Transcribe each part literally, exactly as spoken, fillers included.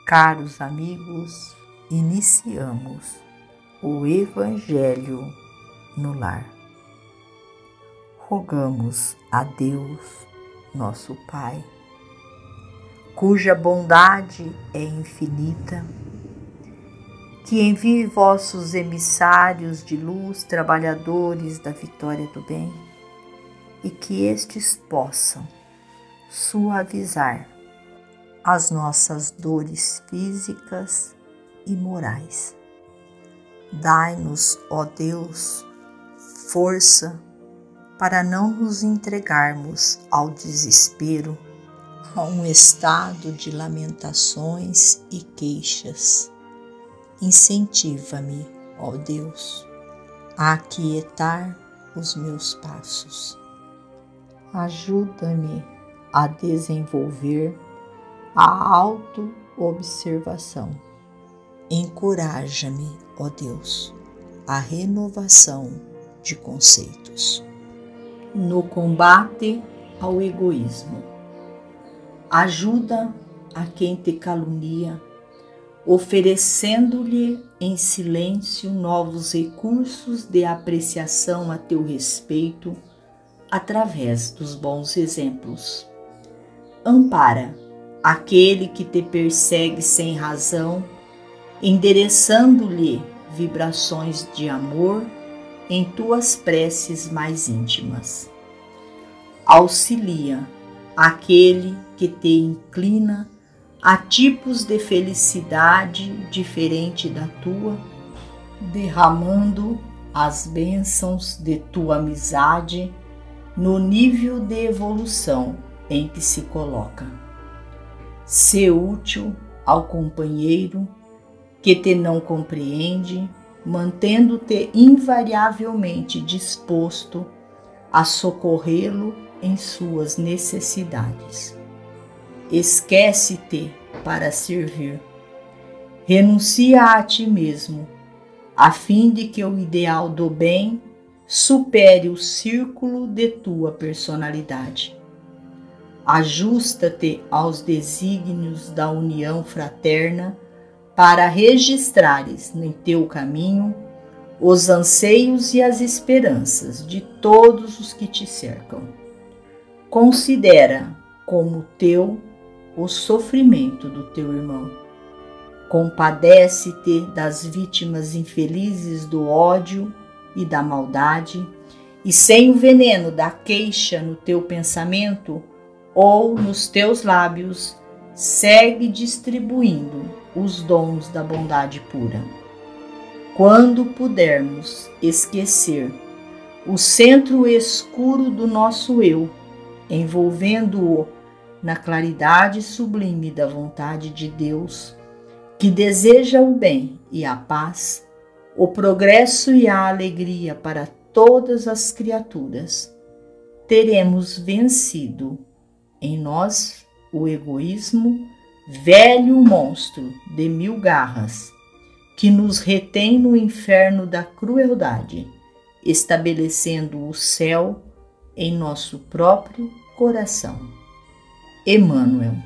Caros amigos, iniciamos o Evangelho no lar. Rogamos a Deus, nosso Pai, cuja bondade é infinita, que envie vossos emissários de luz, trabalhadores da vitória do bem, e que estes possam suavizar as nossas dores físicas e morais. Dai-nos, ó Deus, força para não nos entregarmos ao desespero, a um estado de lamentações e queixas. Incentiva-me, ó Deus, a aquietar os meus passos. Ajuda-me a desenvolver a auto-observação. Encoraja-me, ó Deus, a renovação de conceitos. No combate ao egoísmo, ajuda a quem te calunia, oferecendo-lhe em silêncio novos recursos de apreciação a teu respeito através dos bons exemplos. Ampara aquele que te persegue sem razão, endereçando-lhe vibrações de amor em tuas preces mais íntimas. Auxilia aquele que te inclina a tipos de felicidade diferente da tua, derramando as bênçãos de tua amizade no nível de evolução em que se coloca. Sê útil ao companheiro que te não compreende, mantendo-te invariavelmente disposto a socorrê-lo em suas necessidades. Esquece-te para servir. Renuncia a ti mesmo, a fim de que o ideal do bem supere o círculo de tua personalidade. Ajusta-te aos desígnios da união fraterna para registrares em teu caminho os anseios e as esperanças de todos os que te cercam. Considera como teu o sofrimento do teu irmão. Compadece-te das vítimas infelizes do ódio e da maldade, e sem o veneno da queixa no teu pensamento ou nos teus lábios, segue distribuindo os dons da bondade pura. Quando pudermos esquecer o centro escuro do nosso eu, envolvendo-o na claridade sublime da vontade de Deus, que deseja o bem e a paz, o progresso e a alegria para todas as criaturas, teremos vencido em nós o egoísmo, velho monstro de mil garras, que nos retém no inferno da crueldade, estabelecendo o céu em nosso próprio coração. Emmanuel.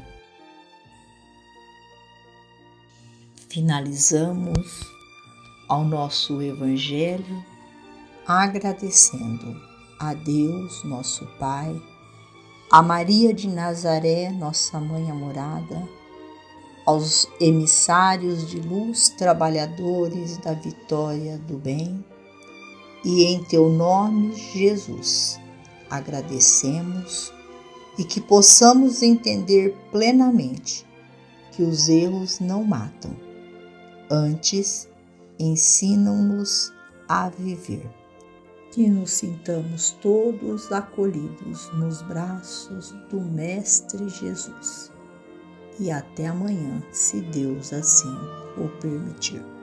Finalizamos ao nosso Evangelho agradecendo a Deus, nosso Pai, a Maria de Nazaré, nossa Mãe amorada, aos emissários de luz, trabalhadores da vitória do bem, e em teu nome, Jesus, agradecemos e que possamos entender plenamente que os erros não matam, antes ensinam-nos a viver. Que nos sintamos todos acolhidos nos braços do Mestre Jesus. E até amanhã, se Deus assim o permitir.